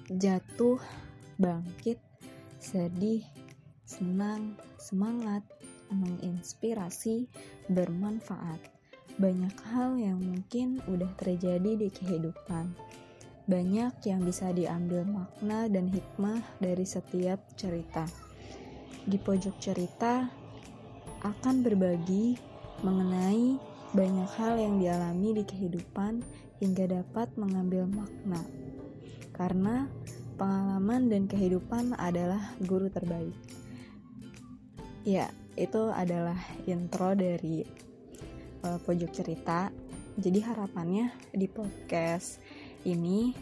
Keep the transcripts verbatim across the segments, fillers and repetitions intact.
jatuh, bangkit, sedih, senang, semangat, menginspirasi, bermanfaat. Banyak hal yang mungkin udah terjadi di kehidupan. Banyak yang bisa diambil makna dan hikmah dari setiap cerita. Di pojok cerita akan berbagi mengenai banyak hal yang dialami di kehidupan hingga dapat mengambil makna. Karena pengalaman dan kehidupan adalah guru terbaik. Ya, itu adalah intro dari uh, pojok cerita. Jadi harapannya di podcast ini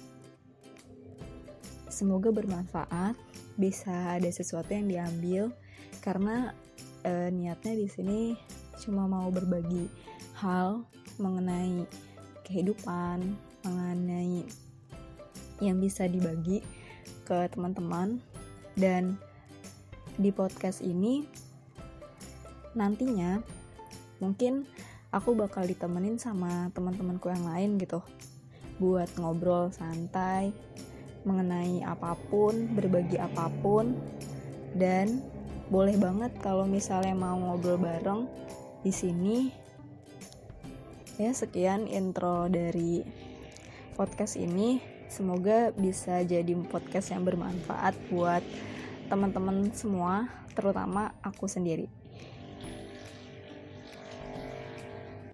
semoga bermanfaat, bisa ada sesuatu yang diambil karena uh, niatnya di sini cuma mau berbagi hal mengenai kehidupan, mengenai yang bisa dibagi ke teman-teman. Dan di podcast ini nantinya mungkin aku bakal ditemenin sama teman-temanku yang lain gitu, buat ngobrol santai mengenai apapun, berbagi apapun. Dan boleh banget kalau misalnya mau ngobrol bareng di sini. Ya, sekian intro dari podcast ini. Semoga bisa jadi podcast yang bermanfaat buat teman-teman semua, terutama aku sendiri.